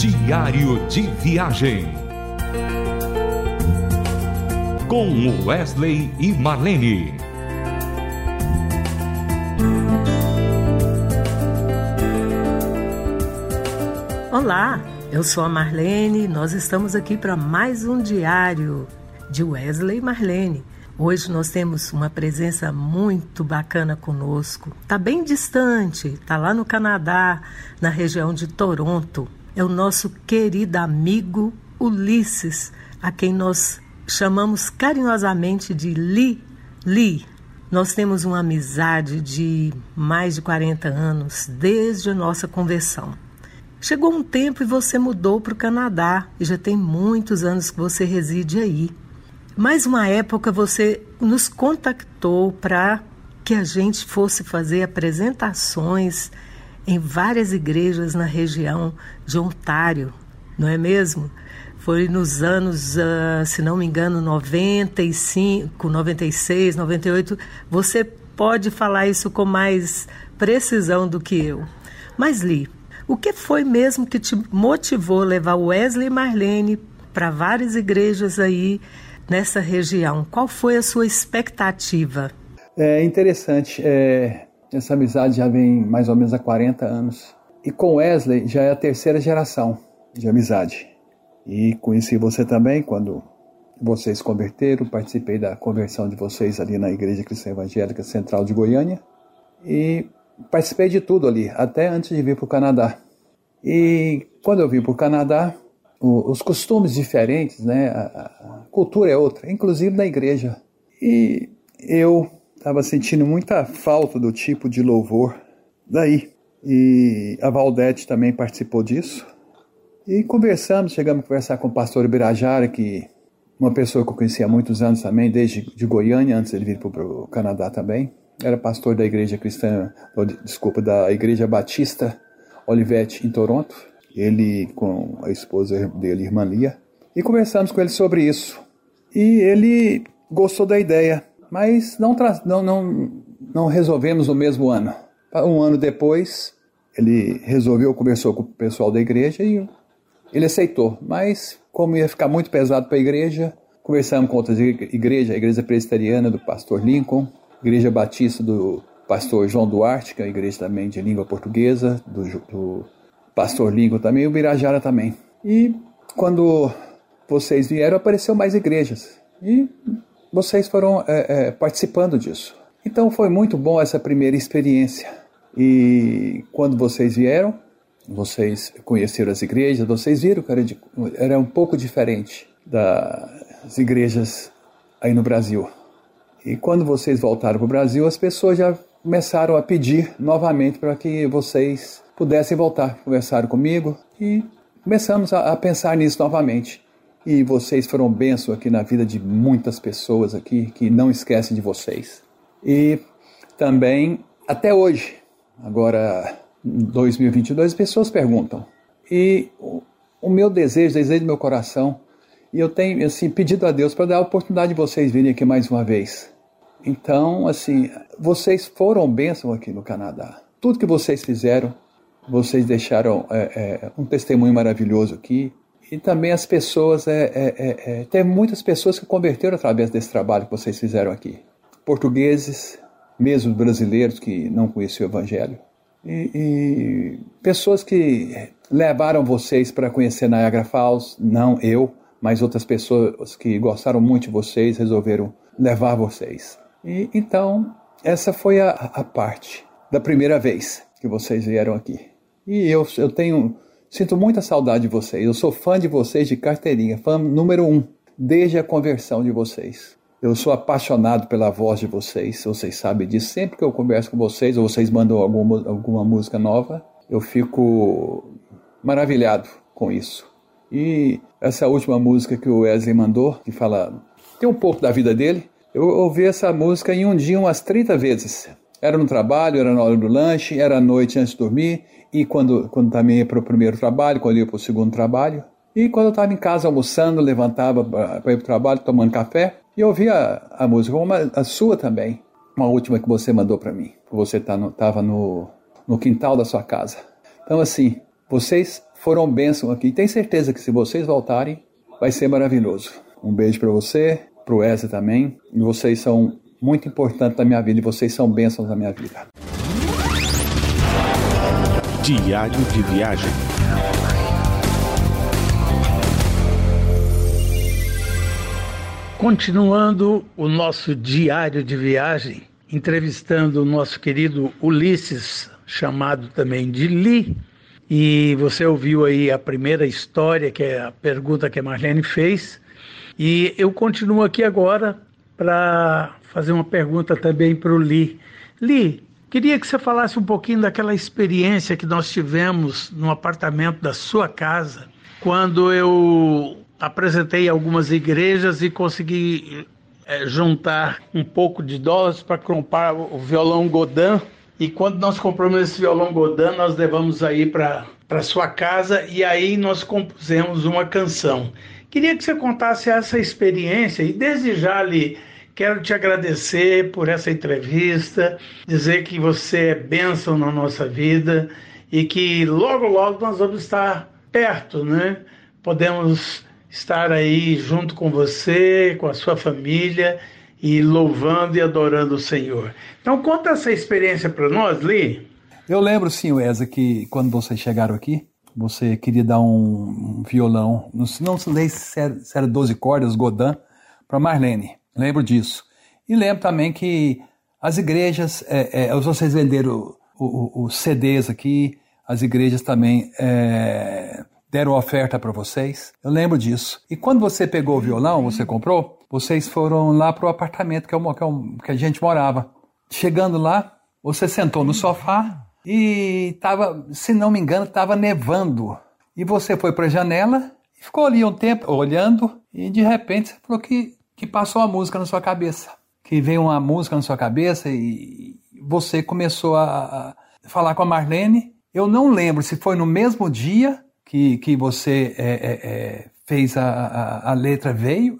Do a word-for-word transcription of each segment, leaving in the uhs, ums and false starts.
Diário de Viagem, com Wesley e Marlene. Olá, eu sou a Marlene e nós estamos aqui para mais um diário de Wesley e Marlene. Hoje nós temos uma presença muito bacana conosco. Está bem distante, está lá no Canadá, na região de Toronto. É o nosso querido amigo Ulisses, a quem nós chamamos carinhosamente de Li. Li. Nós temos uma amizade de mais de quarenta anos, desde a nossa conversão. Chegou um tempo e você mudou para o Canadá, e já tem muitos anos que você reside aí. Mais uma época você nos contactou para que a gente fosse fazer apresentações em várias igrejas na região de Ontário, não é mesmo? Foi nos anos, uh, se não me engano, noventa e cinco, noventa e seis, noventa e oito. Você pode falar isso com mais precisão do que eu. Mas, Li, o que foi mesmo que te motivou a levar Wesley e Marlene para várias igrejas aí nessa região? Qual foi a sua expectativa? É interessante, é, essa amizade já vem mais ou menos há quarenta anos. E com Wesley já é a terceira geração de amizade. E conheci você também quando vocês converteram, participei da conversão de vocês ali na Igreja Cristã Evangélica Central de Goiânia. E participei de tudo ali, até antes de vir para o Canadá. E quando eu vim para o Canadá, o, os costumes diferentes, né? A, a cultura é outra, inclusive na igreja. E eu estava sentindo muita falta do tipo de louvor daí. E a Valdete também participou disso. E conversamos, chegamos a conversar com o pastor Ibirajara, que uma pessoa que eu conhecia há muitos anos também, desde de Goiânia, antes de ele vir para o Canadá também. Era pastor da igreja cristã, desculpa, da igreja batista Olivet em Toronto. Ele com a esposa dele, irmã Lia. E conversamos com ele sobre isso. E ele gostou da ideia, mas não, tra- não, não, não resolvemos no mesmo ano. Um ano depois, ele resolveu, conversou com o pessoal da igreja e ele aceitou. Mas como ia ficar muito pesado para a igreja, conversamos com outras igrejas, a igreja presbiteriana do pastor Lincoln, Igreja Batista do pastor João Duarte, que é a igreja também de língua portuguesa, do, do pastor Lincoln também, e o Birajara também. E quando vocês vieram, apareceu mais igrejas. E vocês foram é, é, participando disso. Então foi muito bom essa primeira experiência. E quando vocês vieram, vocês conheceram as igrejas, vocês viram que era, de, era um pouco diferente das igrejas aí no Brasil. E quando vocês voltaram para o Brasil, as pessoas já começaram a pedir novamente para que vocês pudessem voltar. Conversaram comigo e começamos a, a pensar nisso novamente. E vocês foram bênção aqui na vida de muitas pessoas aqui que não esquecem de vocês. E também, até hoje, agora em dois mil e vinte e dois, as pessoas perguntam. E o, o meu desejo, desejo do meu coração, e eu tenho assim, pedido a Deus para dar a oportunidade de vocês virem aqui mais uma vez. Então, assim, vocês foram bênção aqui no Canadá. Tudo que vocês fizeram, vocês deixaram é, é, um testemunho maravilhoso aqui. E também as pessoas, é, é, é, tem muitas pessoas que converteram através desse trabalho que vocês fizeram aqui. Portugueses, mesmo brasileiros que não conheciam o Evangelho. E, e pessoas que levaram vocês para conhecer Niagara Falls, não eu, mas outras pessoas que gostaram muito de vocês, resolveram levar vocês. E então, essa foi a, a parte da primeira vez que vocês vieram aqui. E eu, eu tenho... Sinto muita saudade de vocês. Eu sou fã de vocês de carteirinha, fã número um, desde a conversão de vocês. Eu sou apaixonado pela voz de vocês, vocês sabem disso. Sempre que eu converso com vocês, ou vocês mandam alguma, alguma música nova, eu fico maravilhado com isso. E essa última música que o Wesley mandou, que fala, tem um pouco da vida dele, eu ouvi essa música em um dia umas trinta vezes. Era no trabalho, era na hora do lanche, era à noite antes de dormir, e quando, quando também ia para o primeiro trabalho, quando ia para o segundo trabalho. E quando eu estava em casa almoçando, levantava para ir para o trabalho, tomando café, e eu ouvia a, a música, como a, a sua também, uma última que você mandou para mim, que você estava tá no, no, no quintal da sua casa. Então assim, vocês foram bênção aqui. Tenho certeza que se vocês voltarem, vai ser maravilhoso. Um beijo para você, para o Wesley também. E vocês são muito importantes na minha vida e vocês são bênçãos na minha vida. Diário de Viagem. Continuando o nosso diário de viagem, entrevistando o nosso querido Ulisses, chamado também de Lee, e você ouviu aí a primeira história, que é a pergunta que a Marlene fez, e eu continuo aqui agora para fazer uma pergunta também para o Lee. Lee, queria que você falasse um pouquinho daquela experiência que nós tivemos no apartamento da sua casa, quando eu apresentei algumas igrejas e consegui é, juntar um pouco de dólares para comprar o violão Godin. E quando nós compramos esse violão Godin, nós levamos aí para a sua casa e aí nós compusemos uma canção. Queria que você contasse essa experiência e desde já lhe quero te agradecer por essa entrevista, dizer que você é bênção na nossa vida e que logo, logo nós vamos estar perto, né? Podemos estar aí junto com você, com a sua família e louvando e adorando o Senhor. Então conta essa experiência para nós, Lee. Eu lembro sim, Wesley, que quando vocês chegaram aqui, você queria dar um, um violão, não sei se era, se era doze cordas, Godin, para Marlene. Lembro disso. E lembro também que as igrejas, é, é, vocês venderam os C Ds aqui, as igrejas também é, deram oferta para vocês. Eu lembro disso. E quando você pegou o violão, você comprou, vocês foram lá para o apartamento que, eu, que, eu, que a gente morava. Chegando lá, você sentou no sofá e estava, se não me engano, estava nevando. E você foi para a janela e ficou ali um tempo olhando e de repente você falou que, que passou a música na sua cabeça. Que veio uma música na sua cabeça e você começou a, a falar com a Marlene. Eu não lembro se foi no mesmo dia que, que você é, é, é, fez a, a, a letra veio,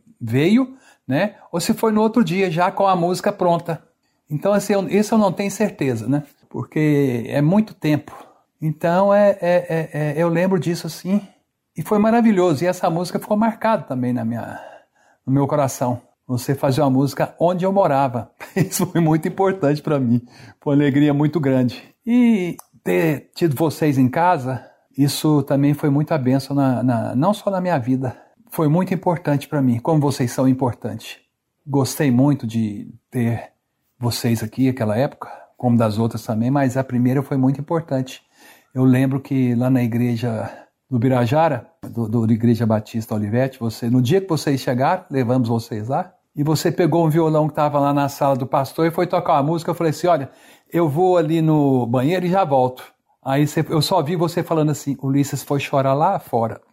veio, né? Ou se foi no outro dia já com a música pronta. Então, assim, eu, isso eu não tenho certeza, né? Porque é muito tempo. Então, é, é, é, é, eu lembro disso, assim, e foi maravilhoso. E essa música ficou marcada também na minha, no meu coração. Você fazia uma música onde eu morava. Isso foi muito importante para mim. Foi uma alegria muito grande. E ter tido vocês em casa, isso também foi muita bênção, na, na, não só na minha vida. Foi muito importante para mim, como vocês são importantes. Gostei muito de ter vocês aqui naquela época, como das outras também, mas a primeira foi muito importante. Eu lembro que lá na igreja do Birajara, do, do, da Igreja Batista Olivete, você, no dia que vocês chegaram, levamos vocês lá, e você pegou um violão que estava lá na sala do pastor e foi tocar uma música. Eu falei assim, olha, eu vou ali no banheiro e já volto. Aí você, eu só vi você falando assim, Ulisses foi chorar lá fora.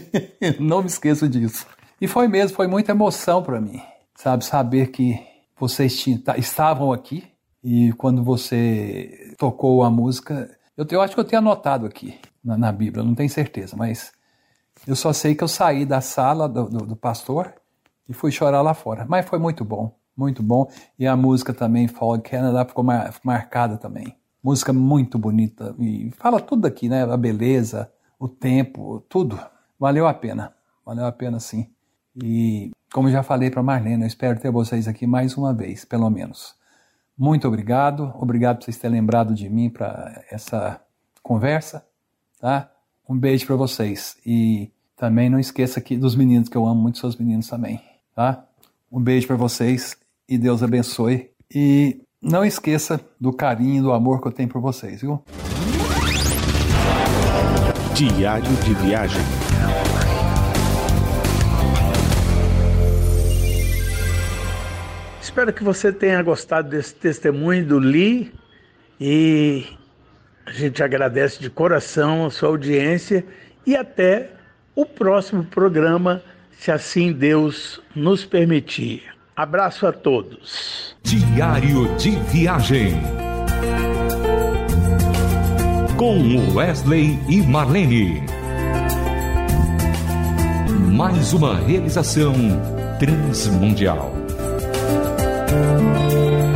Não me esqueço disso. E foi mesmo, foi muita emoção para mim, sabe, saber que vocês tinham, estavam aqui e quando você tocou a música, eu, eu acho que eu tenho anotado aqui na, na Bíblia, não tenho certeza, mas eu só sei que eu saí da sala do, do, do pastor e fui chorar lá fora. Mas foi muito bom, muito bom. E a música também, Fall Canada, ficou mar, marcada também. Música muito bonita. E fala tudo aqui, né? A beleza, o tempo, tudo. Valeu a pena. Valeu a pena, sim. E como eu já falei para Marlene, eu espero ter vocês aqui mais uma vez, pelo menos. Muito obrigado. Obrigado por vocês terem lembrado de mim para essa conversa. Tá? Um beijo para vocês. E também não esqueça aqui dos meninos, que eu amo muito seus meninos também. Tá? Um beijo para vocês e Deus abençoe. E não esqueça do carinho e do amor que eu tenho por vocês, viu? Diário de Viagem. Espero que você tenha gostado desse testemunho do Lee e a gente agradece de coração a sua audiência e até o próximo programa, se assim Deus nos permitir. Abraço a todos. Diário de Viagem com Wesley e Marlene. Mais uma realização Transmundial.